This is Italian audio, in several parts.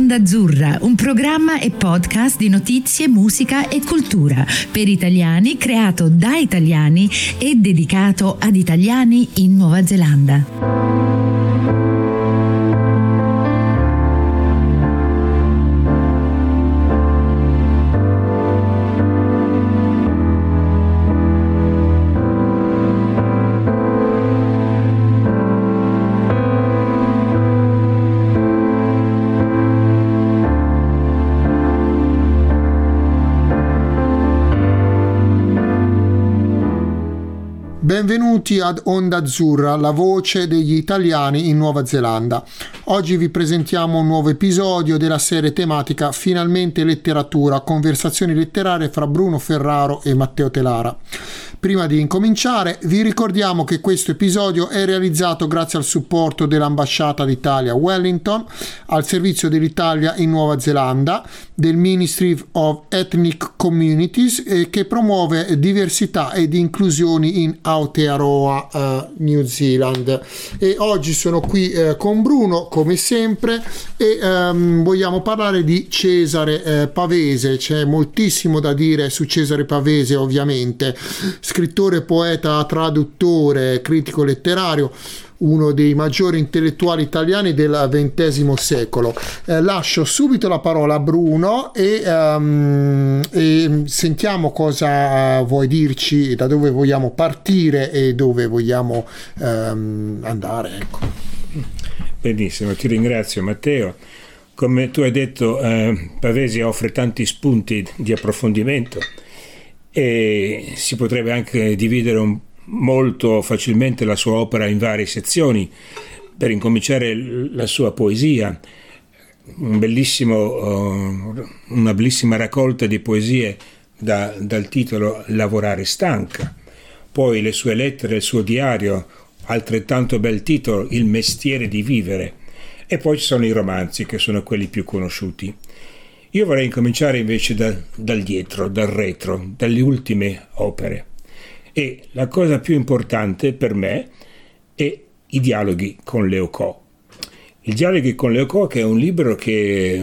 Onda Azzurra, un programma e podcast di notizie, musica e cultura per italiani, creato da italiani e dedicato ad italiani in Nuova Zelanda. Benvenuti ad Onda Azzurra, la voce degli italiani in Nuova Zelanda. Oggi vi presentiamo un nuovo episodio della serie tematica Finalmente letteratura, conversazioni letterarie fra Bruno Ferraro e Matteo Telara. Prima di incominciare vi ricordiamo che questo episodio è realizzato grazie al supporto dell'Ambasciata d'Italia a Wellington, al servizio dell'Italia in Nuova Zelanda, del Ministry of Ethnic Communities che promuove diversità ed inclusioni in Aotearoa, New Zealand. E oggi sono qui con Bruno come sempre e vogliamo parlare di Cesare Pavese. C'è moltissimo da dire su Cesare Pavese, ovviamente. Scrittore, poeta, traduttore, critico letterario, uno dei maggiori intellettuali italiani del XX secolo. Lascio subito la parola a Bruno e sentiamo cosa vuoi dirci, da dove vogliamo partire e dove vogliamo andare. Ecco. Benissimo, ti ringrazio Matteo. Come tu hai detto, Pavese offre tanti spunti di approfondimento e si potrebbe anche dividere molto facilmente la sua opera in varie sezioni. Per incominciare, la sua poesia, una bellissima raccolta di poesie dal titolo Lavorare stanca, poi le sue lettere, il suo diario, altrettanto bel titolo, Il mestiere di vivere, e poi ci sono i romanzi che sono quelli più conosciuti. Io vorrei incominciare invece dal dietro, dal retro, dalle ultime opere. E la cosa più importante per me è I dialoghi con Leo Co. I dialoghi con Leo Co, che è un libro che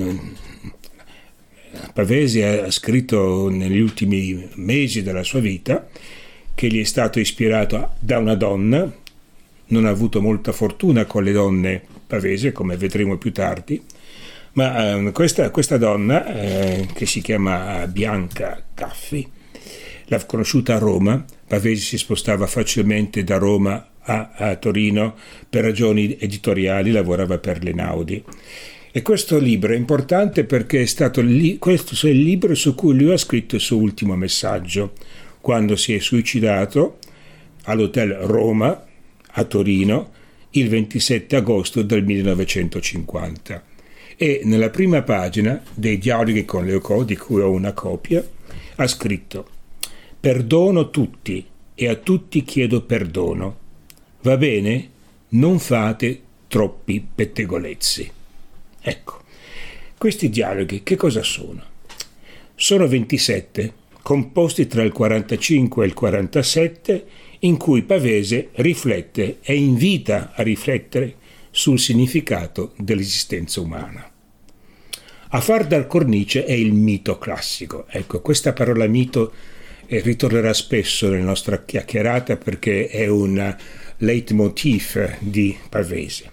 Pavese ha scritto negli ultimi mesi della sua vita, che gli è stato ispirato da una donna. Non ha avuto molta fortuna con le donne Pavese, come vedremo più tardi, ma questa donna, che si chiama Bianca Caffi, l'ha conosciuta a Roma. Pavese si spostava facilmente da Roma a Torino per ragioni editoriali, lavorava per l'Einaudi. E questo libro è importante perché è stato questo è il libro su cui lui ha scritto il suo ultimo messaggio, quando si è suicidato all'Hotel Roma a Torino il 27 agosto del 1950. E nella prima pagina dei dialoghi con Leo Co, di cui ho una copia, ha scritto: perdono tutti e a tutti chiedo perdono. Va bene? Non fate troppi pettegolezzi. Ecco, questi dialoghi che cosa sono? Sono 27, composti tra il 45 e il 47, in cui Pavese riflette e invita a riflettere sul significato dell'esistenza umana. A far da cornice è il mito classico. Ecco, questa parola mito ritornerà spesso nella nostra chiacchierata perché è un leitmotiv di Pavese.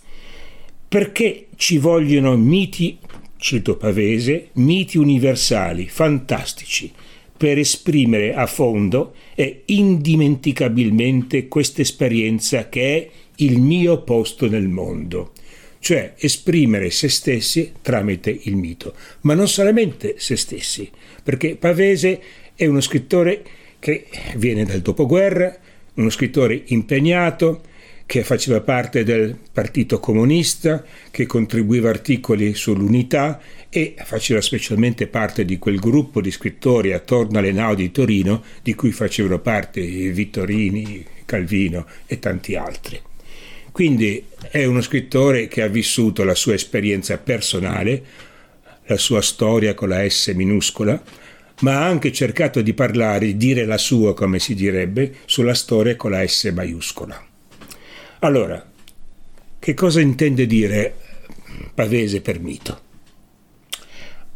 Perché ci vogliono miti, cito Pavese, miti universali, fantastici, per esprimere a fondo e indimenticabilmente questa esperienza che è il mio posto nel mondo, cioè esprimere se stessi tramite il mito, ma non solamente se stessi, perché Pavese è uno scrittore che viene dal dopoguerra, uno scrittore impegnato, che faceva parte del Partito Comunista, che contribuiva articoli sull'unità e faceva specialmente parte di quel gruppo di scrittori attorno all'Einaudi di Torino, di cui facevano parte Vittorini, Calvino e tanti altri. Quindi è uno scrittore che ha vissuto la sua esperienza personale, la sua storia con la S minuscola, ma ha anche cercato di parlare, dire la sua, come si direbbe, sulla storia con la S maiuscola. Allora, che cosa intende dire Pavese per mito?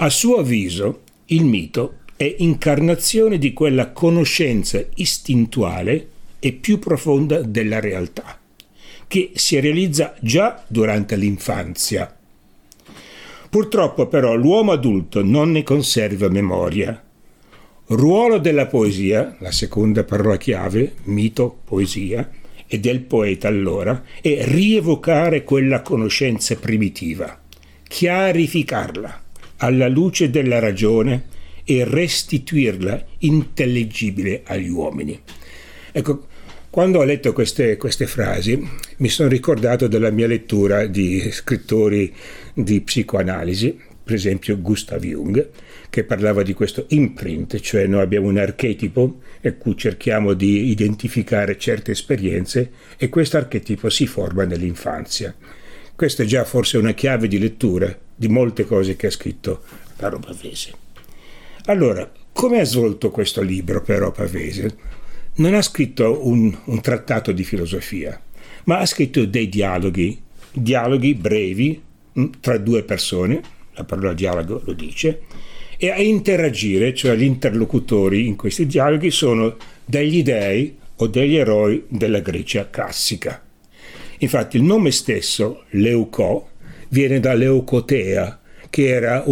A suo avviso, il mito è incarnazione di quella conoscenza istintuale e più profonda della realtà, che si realizza già durante l'infanzia. Purtroppo però l'uomo adulto non ne conserva memoria. Ruolo della poesia, la seconda parola chiave, mito, poesia, e del poeta allora, è rievocare quella conoscenza primitiva, chiarificarla alla luce della ragione e restituirla intelligibile agli uomini. Ecco, quando ho letto queste frasi mi sono ricordato della mia lettura di scrittori di psicoanalisi, per esempio Gustav Jung, che parlava di questo imprint, cioè noi abbiamo un archetipo in cui cerchiamo di identificare certe esperienze e questo archetipo si forma nell'infanzia. Questa è già forse una chiave di lettura di molte cose che ha scritto Raro Pavese. Allora, come ha svolto questo libro però Pavese? Non ha scritto un trattato di filosofia, ma ha scritto dei dialoghi brevi tra due persone, la parola dialogo lo dice, e a interagire, cioè gli interlocutori in questi dialoghi sono degli dei o degli eroi della Grecia classica. Infatti il nome stesso, Leucò, viene da Leucotea, che era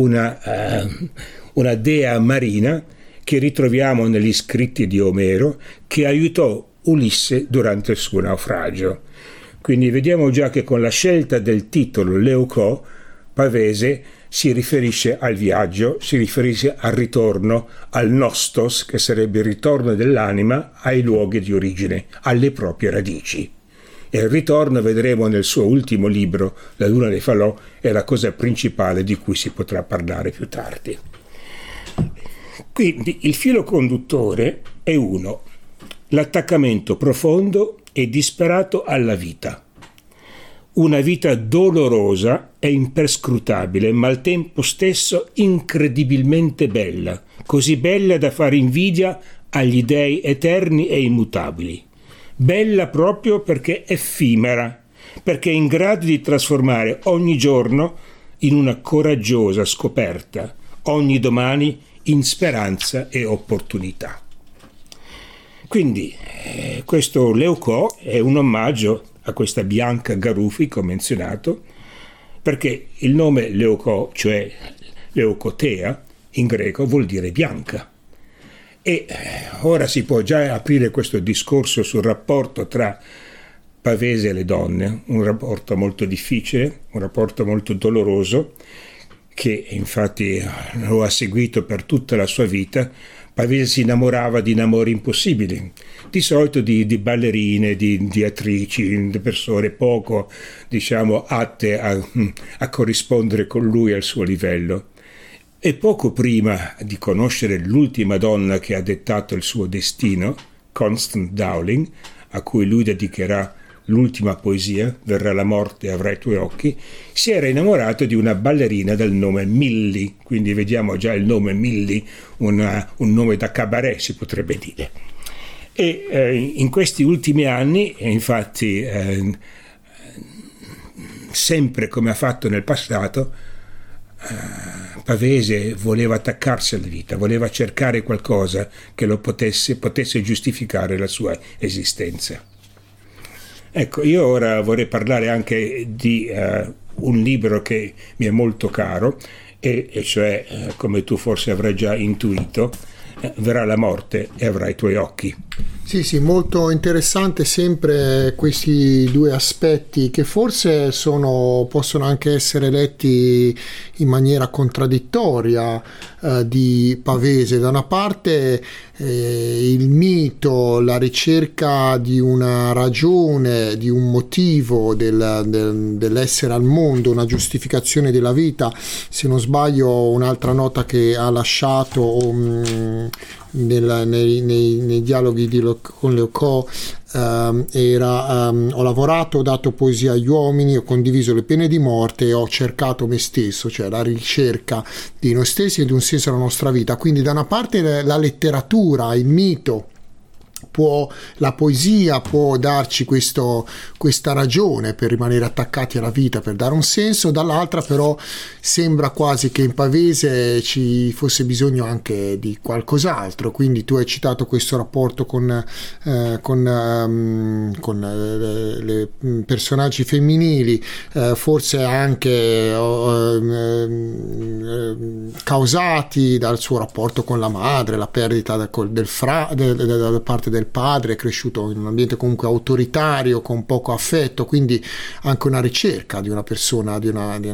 una dea marina che ritroviamo negli scritti di Omero, che aiutò Ulisse durante il suo naufragio. Quindi vediamo già che con la scelta del titolo Leucò, Pavese si riferisce al viaggio, si riferisce al ritorno, al nostos, che sarebbe il ritorno dell'anima ai luoghi di origine, alle proprie radici. E il ritorno, vedremo nel suo ultimo libro, La Luna dei Falò, è la cosa principale di cui si potrà parlare più tardi. Quindi il filo conduttore è uno, l'attaccamento profondo e disperato alla vita. Una vita dolorosa e imperscrutabile, ma al tempo stesso incredibilmente bella, così bella da fare invidia agli dei eterni e immutabili. Bella proprio perché effimera, perché è in grado di trasformare ogni giorno in una coraggiosa scoperta, ogni domani in speranza e opportunità. Quindi questo Leucò è un omaggio a questa Bianca Garufi che ho menzionato, perché il nome Leucò, cioè Leucotea, in greco vuol dire bianca. E ora si può già aprire questo discorso sul rapporto tra Pavese e le donne, un rapporto molto difficile, un rapporto molto doloroso, che infatti lo ha seguito per tutta la sua vita. Pavese si innamorava di innamori impossibili, di solito di ballerine, di attrici, di persone poco, atte a corrispondere con lui al suo livello. E poco prima di conoscere l'ultima donna che ha dettato il suo destino, Constance Dowling, a cui lui dedicherà l'ultima poesia, Verrà la morte e avrai i tuoi occhi, si era innamorato di una ballerina del nome Millie, quindi vediamo già il nome Millie, un nome da cabaret si potrebbe dire. E in questi ultimi anni, infatti, sempre come ha fatto nel passato, Pavese voleva attaccarsi alla vita, voleva cercare qualcosa che lo potesse giustificare la sua esistenza. Ecco, io ora vorrei parlare anche di un libro che mi è molto caro, e cioè, come tu forse avrai già intuito, Verrà la morte e avrai i tuoi occhi. Sì, molto interessante sempre questi due aspetti che forse possono anche essere letti in maniera contraddittoria di Pavese. Da una parte il mito, la ricerca di una ragione, di un motivo dell'essere al mondo, una giustificazione della vita. Se non sbaglio, un'altra nota che ha lasciato nei dialoghi con Leucò era ho lavorato, ho dato poesia agli uomini, ho condiviso le pene di morte e ho cercato me stesso, cioè la ricerca di noi stessi e di un senso alla nostra vita. Quindi da una parte la letteratura, il mito la poesia può darci questa ragione per rimanere attaccati alla vita, per dare un senso, dall'altra però sembra quasi che in Pavese ci fosse bisogno anche di qualcos'altro. Quindi tu hai citato questo rapporto con le personaggi femminili, forse anche causati dal suo rapporto con la madre, la perdita da parte del padre, è cresciuto in un ambiente comunque autoritario con poco affetto, quindi anche una ricerca di una persona, di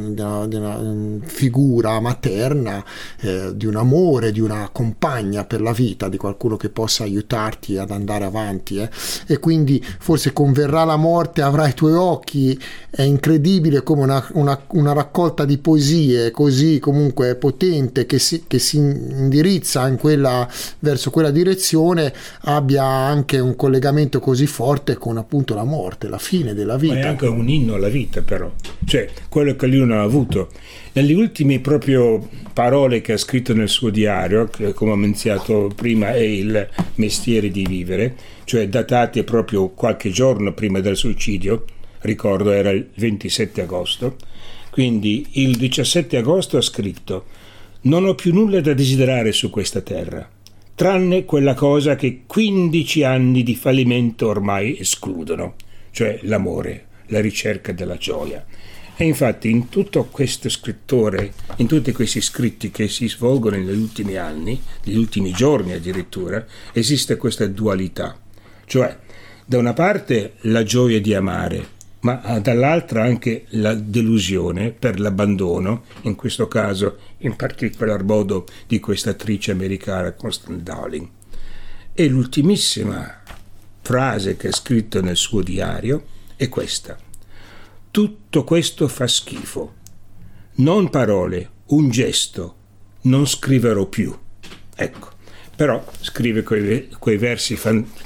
una figura materna, di un amore, di una compagna per la vita, di qualcuno che possa aiutarti ad andare avanti, e quindi forse con Verrà la morte avrai i tuoi occhi è incredibile come una raccolta di poesie così comunque potente che si indirizza verso quella direzione abbia anche un collegamento così forte con appunto la morte, la fine della vita. Ma è anche un inno alla vita, però, cioè quello che lui non ha avuto. Nelle ultime proprio parole che ha scritto nel suo diario, che come ho menzionato prima è il mestiere di vivere, cioè datate proprio qualche giorno prima del suicidio, ricordo era il 27 agosto, quindi il 17 agosto ha scritto: non ho più nulla da desiderare su questa terra, tranne quella cosa che 15 anni di fallimento ormai escludono, cioè l'amore, la ricerca della gioia. E infatti in tutto questo scrittore, in tutti questi scritti che si svolgono negli ultimi anni, negli ultimi giorni addirittura, esiste questa dualità, cioè da una parte la gioia di amare, ma dall'altra anche la delusione per l'abbandono, in questo caso in particolar modo di questa attrice americana Constance Dowling. E l'ultimissima frase che ha scritto nel suo diario è questa: tutto questo fa schifo, non parole, un gesto, non scriverò più. Ecco, però scrive quei versi,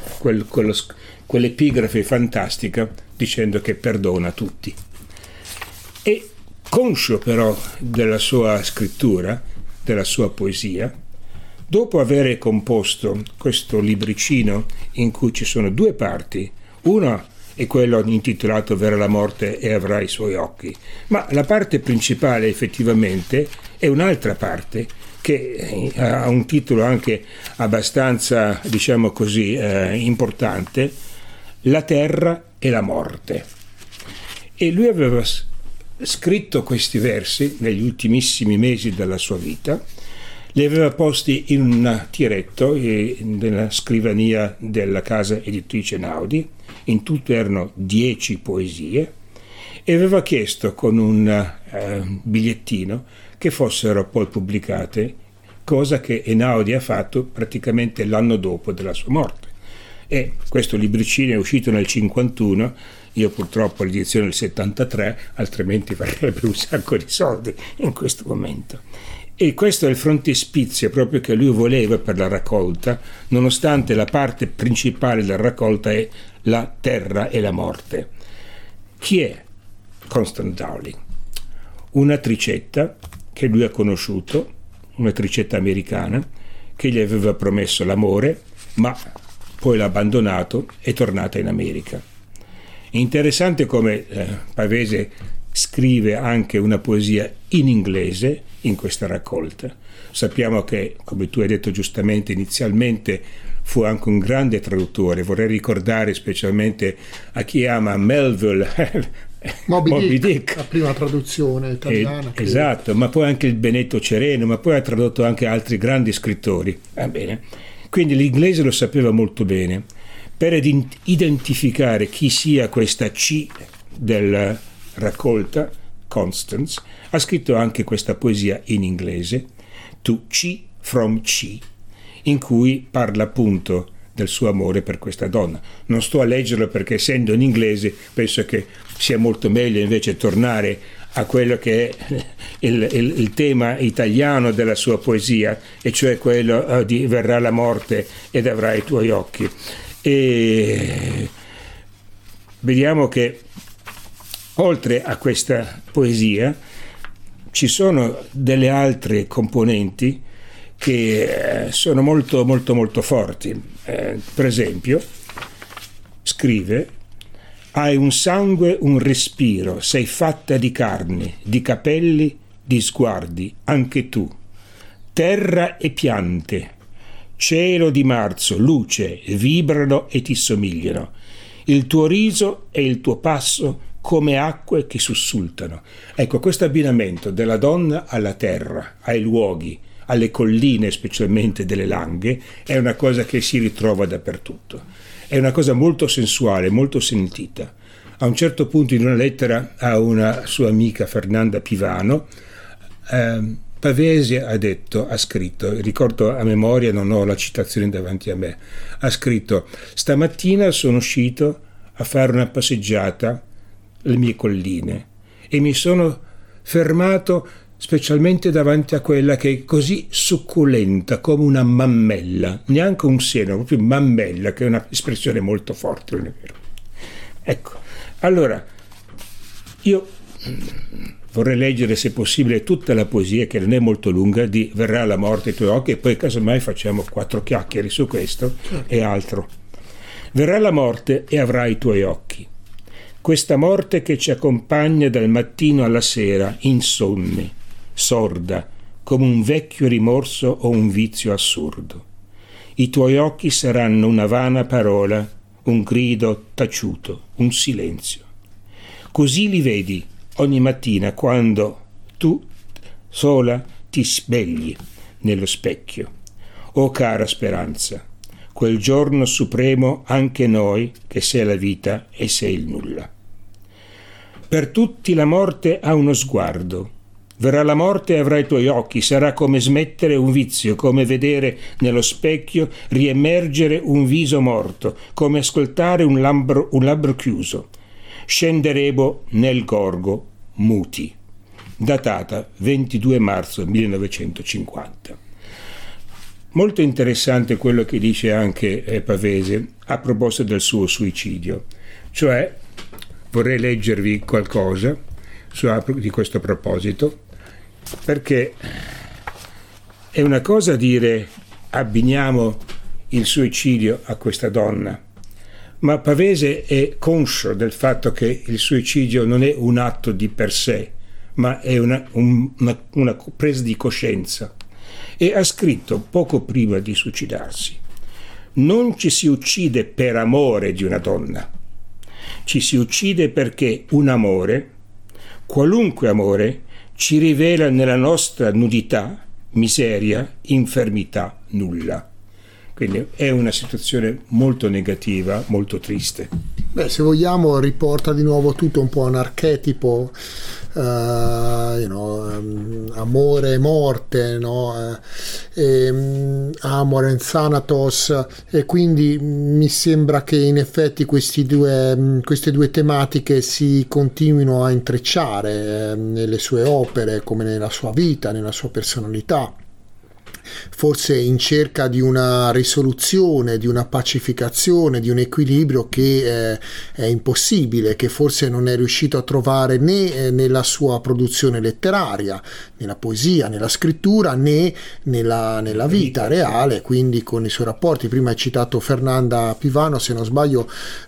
quell'epigrafe fantastica, dicendo che perdona tutti. E conscio però della sua scrittura, della sua poesia, dopo aver composto questo libricino in cui ci sono due parti, una è quello intitolato Verrà la morte e avrai i suoi occhi, ma la parte principale effettivamente è un'altra parte che ha un titolo anche abbastanza, diciamo così, importante: La terra e la morte. E lui aveva scritto questi versi negli ultimissimi mesi della sua vita, li aveva posti in un tiretto nella scrivania della casa editrice Naudi. In tutto erano 10 poesie, e aveva chiesto con un bigliettino che fossero poi pubblicate, cosa che Einaudi ha fatto praticamente l'anno dopo della sua morte. E questo libricino è uscito nel 51, io purtroppo l'edizione del 73, altrimenti varrebbe un sacco di soldi in questo momento. E questo è il frontespizio proprio che lui voleva per la raccolta, nonostante la parte principale della raccolta è la terra e la morte. Chi è Constance Dowling? Un'attricetta che lui ha conosciuto, un'attricetta americana, che gli aveva promesso l'amore, ma poi l'ha abbandonato e è tornata in America. Interessante come Pavese scrive anche una poesia in inglese in questa raccolta. Sappiamo che, come tu hai detto giustamente inizialmente, fu anche un grande traduttore. Vorrei ricordare specialmente a chi ama Melville, Moby Dick, la prima traduzione italiana. Esatto, ma poi anche il Benedetto Cereno, ma poi ha tradotto anche altri grandi scrittori. Va bene. Quindi l'inglese lo sapeva molto bene. Per identificare chi sia questa C della raccolta, Constance, ha scritto anche questa poesia in inglese, To C from C, in cui parla appunto del suo amore per questa donna. Non sto a leggerlo perché, essendo in inglese, penso che sia molto meglio invece tornare a quello che è il tema italiano della sua poesia, e cioè quello di Verrà la morte ed avrai i tuoi occhi. E vediamo che oltre a questa poesia ci sono delle altre componenti che sono molto molto molto forti. Per esempio scrive: hai un sangue, un respiro, sei fatta di carne, di capelli, di sguardi, anche tu. Terra e piante, cielo di marzo, luce, vibrano e ti somigliano. Il tuo riso e il tuo passo come acque che sussultano. Ecco, questo abbinamento della donna alla terra, ai luoghi, alle colline, specialmente delle Langhe, è una cosa che si ritrova dappertutto. È una cosa molto sensuale, molto sentita. A un certo punto, in una lettera a una sua amica Fernanda Pivano, Pavese ha scritto, ricordo a memoria, non ho la citazione davanti a me, ha scritto: stamattina sono uscito a fare una passeggiata alle mie colline e mi sono fermato specialmente davanti a quella che è così succulenta come una mammella, neanche un seno, proprio mammella, che è un'espressione molto forte, non è vero? Ecco, allora io vorrei leggere, se possibile, tutta la poesia, che non è molto lunga, di Verrà la morte ai tuoi occhi, e poi casomai facciamo 4 chiacchiere su questo e altro. Verrà la morte e avrai i tuoi occhi, questa morte che ci accompagna dal mattino alla sera, insonni, sorda, come un vecchio rimorso o un vizio assurdo. I tuoi occhi saranno una vana parola, un grido taciuto, un silenzio. Così li vedi ogni mattina quando tu sola ti svegli nello specchio. O cara speranza, quel giorno supremo anche noi, che sei la vita e sei il nulla. Per tutti la morte ha uno sguardo. Verrà la morte e avrai i tuoi occhi, sarà come smettere un vizio, come vedere nello specchio riemergere un viso morto, come ascoltare un labbro chiuso. Scenderemo nel gorgo muti. Datata 22 marzo 1950. Molto interessante quello che dice anche Pavese a proposito del suo suicidio, cioè vorrei leggervi qualcosa di questo proposito, perché è una cosa dire abbiniamo il suicidio a questa donna, ma Pavese è conscio del fatto che il suicidio non è un atto di per sé, ma è una presa di coscienza, e ha scritto poco prima di suicidarsi: non ci si uccide per amore di una donna, ci si uccide perché un amore, qualunque amore, ci rivela nella nostra nudità, miseria, infermità, nulla. Quindi è una situazione molto negativa, molto triste. Beh, se vogliamo riporta di nuovo tutto un po' un archetipo, amore e morte, no? Amor and Thanatos, e quindi mi sembra che in effetti queste due tematiche si continuino a intrecciare nelle sue opere, come nella sua vita, nella sua personalità. Forse in cerca di una risoluzione, di una pacificazione, di un equilibrio che è impossibile, che forse non è riuscito a trovare né nella sua produzione letteraria, nella poesia, nella scrittura, né nella vita reale, quindi con i suoi rapporti. Prima hai citato Fernanda Pivano, se non sbaglio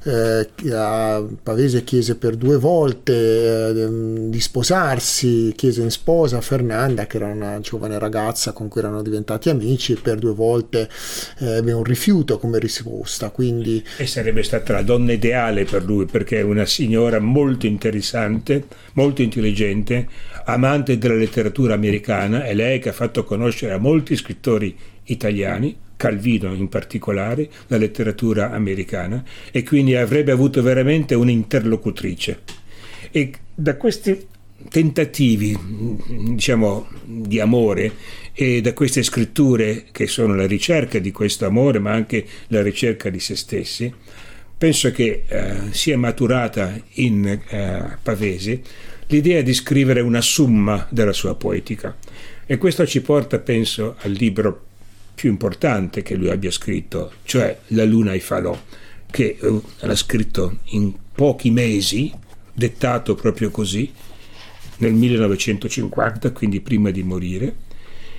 Pavese chiese per 2 volte di chiese in sposa Fernanda, che era una giovane ragazza con cui erano diventati amici, e per 2 volte ebbe un rifiuto come risposta. Quindi e sarebbe stata la donna ideale per lui, perché è una signora molto interessante, molto intelligente, amante della letteratura americana. È lei che ha fatto conoscere a molti scrittori italiani, Calvino in particolare, la letteratura americana, e quindi avrebbe avuto veramente un'interlocutrice. E da questi tentativi, diciamo, di amore, e da queste scritture che sono la ricerca di questo amore, ma anche la ricerca di se stessi, penso che sia maturata in Pavese l'idea di scrivere una summa della sua poetica, e questo ci porta, penso, al libro più importante che lui abbia scritto, cioè La luna ai falò, che l'ha scritto in pochi mesi, dettato proprio così, nel 1950, quindi prima di morire,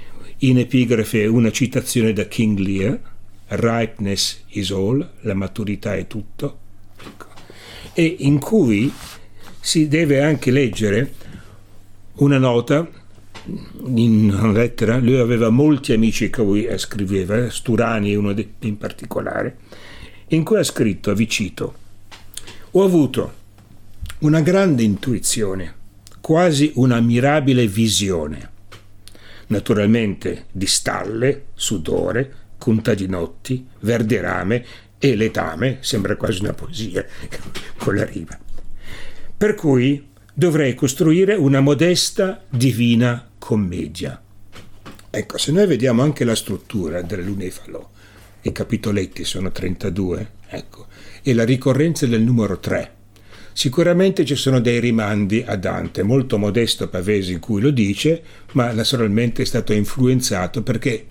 in epigrafe una citazione da King Lear, Ripeness is all, la maturità è tutto, ecco. E in cui si deve anche leggere una nota in una lettera. Lui aveva molti amici che lui scriveva, Sturani uno in particolare, in cui ha scritto, vi cito: ho avuto una grande intuizione, quasi una mirabile visione, naturalmente di stalle, sudore, contadinotti, verderame e letame, sembra quasi una poesia con la rima, per cui dovrei costruire una modesta divina commedia. Ecco, se noi vediamo anche la struttura delle Lune Falò, i capitoletti sono 32, ecco, e la ricorrenza del numero 3, sicuramente ci sono dei rimandi a Dante, molto Modesto Pavese in cui lo dice, ma naturalmente è stato influenzato perché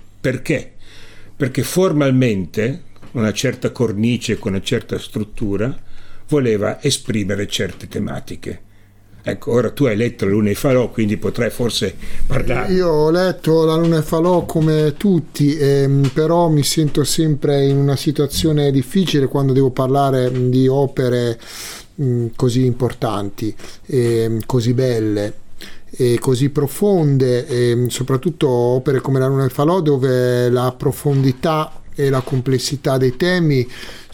formalmente una certa cornice con una certa struttura voleva esprimere certe tematiche. Ecco, ora tu hai letto La Luna e Falò, quindi potrai forse parlare. Io ho letto La Luna e Falò come tutti, però mi sento sempre in una situazione difficile quando devo parlare di opere così importanti, così belle e così profonde, e soprattutto opere come La Luna e Falò, dove la profondità e la complessità dei temi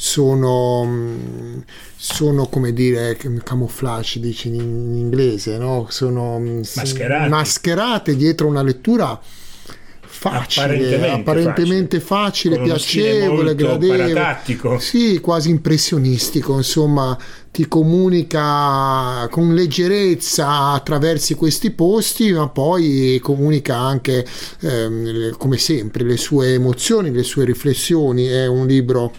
sono come dire camouflage, dice in inglese, no? Sono mascherate dietro una lettura apparentemente facile, piacevole, gradevole, sì, quasi impressionistico, insomma, ti comunica con leggerezza attraverso questi posti, ma poi comunica anche come sempre le sue emozioni, le sue riflessioni. È un libro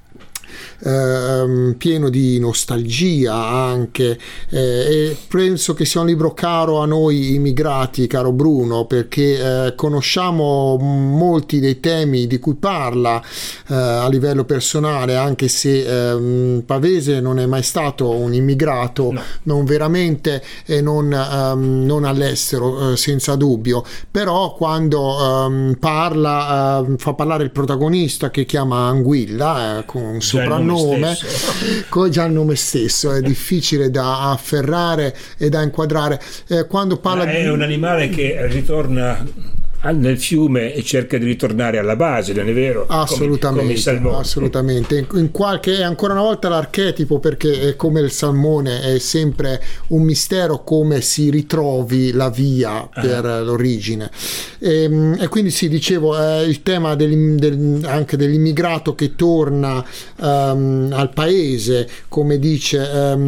pieno di nostalgia anche, e penso che sia un libro caro a noi immigrati, caro Bruno, perché conosciamo molti dei temi di cui parla a livello personale, anche se Pavese non è mai stato un immigrato, no. Non veramente e non all'estero, senza dubbio, però quando fa parlare il protagonista, che chiama Anguilla, con un soprannome, con già il nome stesso è difficile da afferrare e da inquadrare, quando parla è un animale che ritorna nel fiume e cerca di ritornare alla base, non è vero? Assolutamente, come il salmone. Assolutamente. In qualche, ancora una volta l'archetipo, perché è come il salmone, è sempre un mistero come si ritrovi la via per l'origine. E quindi sì, dicevo, il tema anche dell'immigrato che torna al paese, come dice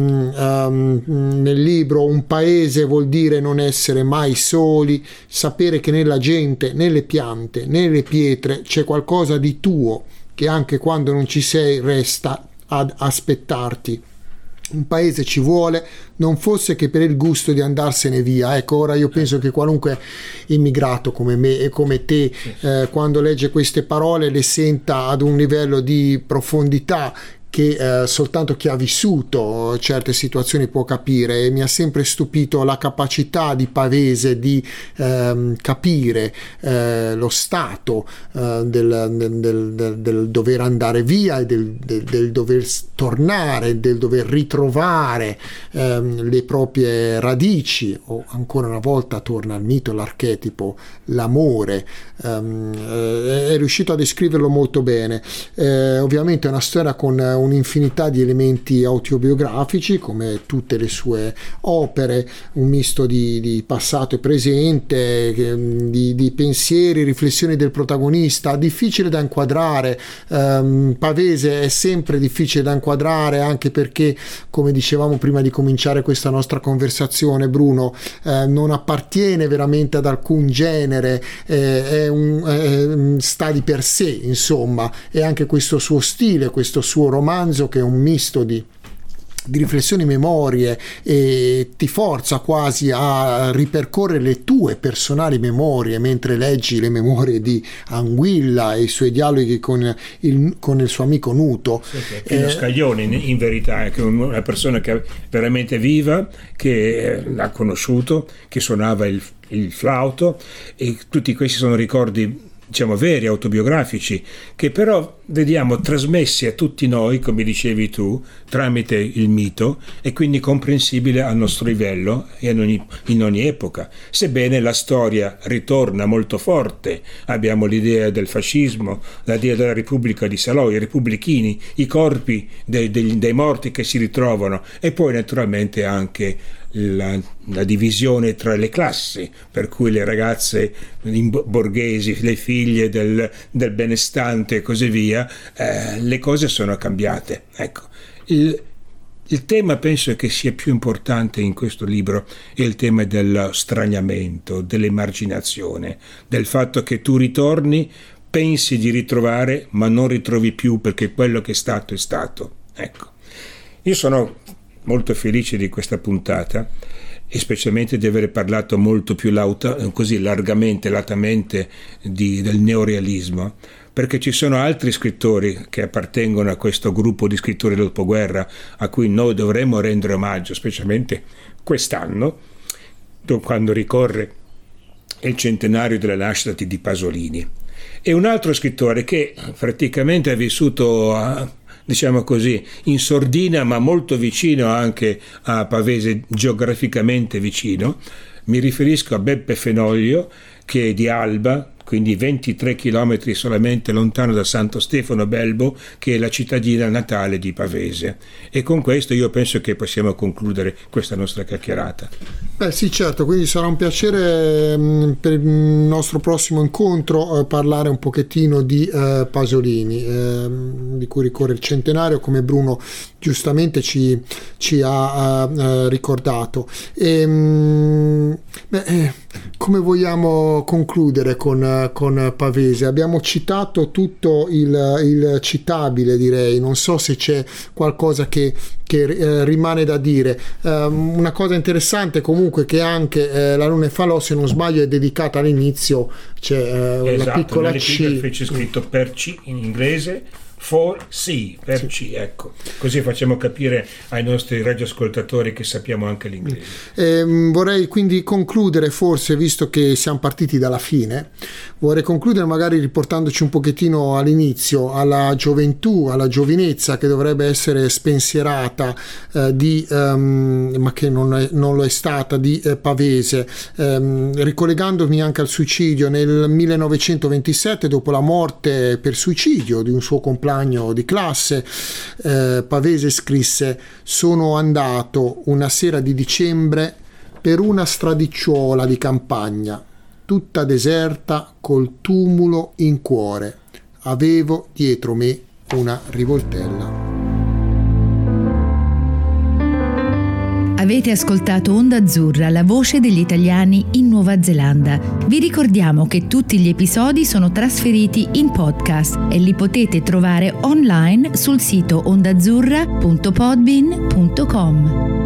nel libro, un paese vuol dire non essere mai soli, sapere che nella gente, nelle piante, nelle pietre c'è qualcosa di tuo che anche quando non ci sei resta ad aspettarti. Un paese ci vuole, non fosse che per il gusto di andarsene via. Ecco, ora io penso che qualunque immigrato come me e come te, quando legge queste parole, le senta ad un livello di profondità che soltanto chi ha vissuto certe situazioni può capire. E mi ha sempre stupito la capacità di Pavese di capire lo stato del dover andare via e del dover tornare, del dover ritrovare le proprie radici, o ancora una volta torna al mito, l'archetipo, l'amore. È riuscito a descriverlo molto bene. Ovviamente è una storia con un'infinità di elementi autobiografici, come tutte le sue opere, un misto di passato e presente, di pensieri, riflessioni del protagonista, difficile da inquadrare. Pavese è sempre difficile da inquadrare, anche perché, come dicevamo prima di cominciare questa nostra conversazione, Bruno, non appartiene veramente ad alcun genere, sta di per sé, insomma, e anche questo suo stile, questo suo romanzo, che è un misto di riflessioni, memorie, e ti forza quasi a ripercorrere le tue personali memorie mentre leggi le memorie di Anguilla e i suoi dialoghi con il suo amico Nuto. Pino Scaglione in verità è una persona che è veramente viva, che l'ha conosciuto, che suonava il flauto, e tutti questi sono ricordi, diciamo, veri, autobiografici, che però vediamo trasmessi a tutti noi, come dicevi tu, tramite il mito, e quindi comprensibile al nostro livello e in ogni epoca. Sebbene la storia ritorna molto forte, abbiamo l'idea del fascismo, l'idea della Repubblica di Salò, i repubblichini, i corpi dei morti che si ritrovano, e poi naturalmente anche la divisione tra le classi, per cui le ragazze borghesi, le figlie del benestante e così via, le cose sono cambiate. Ecco, il tema penso che sia più importante in questo libro è il tema dello straniamento, dell'emarginazione, del fatto che tu ritorni, pensi di ritrovare, ma non ritrovi più perché quello che è stato è stato. Ecco, io sono molto felice di questa puntata, e specialmente di aver parlato molto più così largamente, latamente del neorealismo, perché ci sono altri scrittori che appartengono a questo gruppo di scrittori del dopoguerra a cui noi dovremmo rendere omaggio, specialmente quest'anno, quando ricorre il centenario della nascita di Pasolini. E un altro scrittore che praticamente ha vissuto diciamo così, in sordina, ma molto vicino anche a Pavese, geograficamente vicino. Mi riferisco a Beppe Fenoglio, che è di Alba, quindi 23 chilometri solamente lontano da Santo Stefano Belbo, che è la cittadina natale di Pavese. E con questo io penso che possiamo concludere questa nostra chiacchierata. Sì, certo, quindi sarà un piacere per il nostro prossimo incontro parlare un pochettino di Pasolini, di cui ricorre il centenario, come Bruno giustamente ci ha ricordato. Come vogliamo concludere con Pavese? Abbiamo citato tutto il citabile, direi. Non so se c'è qualcosa che rimane da dire. Una cosa interessante comunque che anche La Luna e Falò, se non sbaglio, è dedicata all'inizio, c'è la piccola C, c'è scritto per C in inglese, for C, per C, ecco, così facciamo capire ai nostri radioascoltatori che sappiamo anche l'inglese. Vorrei quindi concludere, forse, visto che siamo partiti dalla fine, vorrei concludere magari riportandoci un pochettino all'inizio, alla gioventù, alla giovinezza che dovrebbe essere spensierata ma che non lo è stata, di Pavese, ricollegandomi anche al suicidio. Nel 1927, dopo la morte per suicidio di un suo compagno di classe, Pavese scrisse: sono andato una sera di dicembre per una stradicciuola di campagna tutta deserta, col tumulo in cuore, avevo dietro me una rivoltella. Avete ascoltato Onda Azzurra, la voce degli italiani in Nuova Zelanda. Vi ricordiamo che tutti gli episodi sono trasferiti in podcast e li potete trovare online sul sito ondaazzurra.podbean.com.